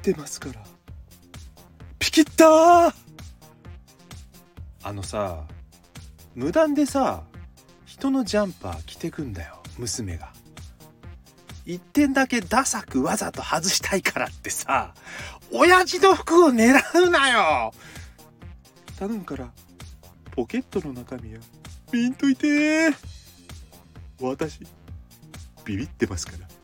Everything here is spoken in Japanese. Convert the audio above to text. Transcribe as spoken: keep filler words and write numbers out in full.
ってますから。ピキッター。あのさ、無断でさ、人のジャンパー着てくんだよ、娘が。一点だけダサくわざと外したいからってさ、親父の服を狙うなよ。頼むからポケットの中身は見んといて。私ビビってますから。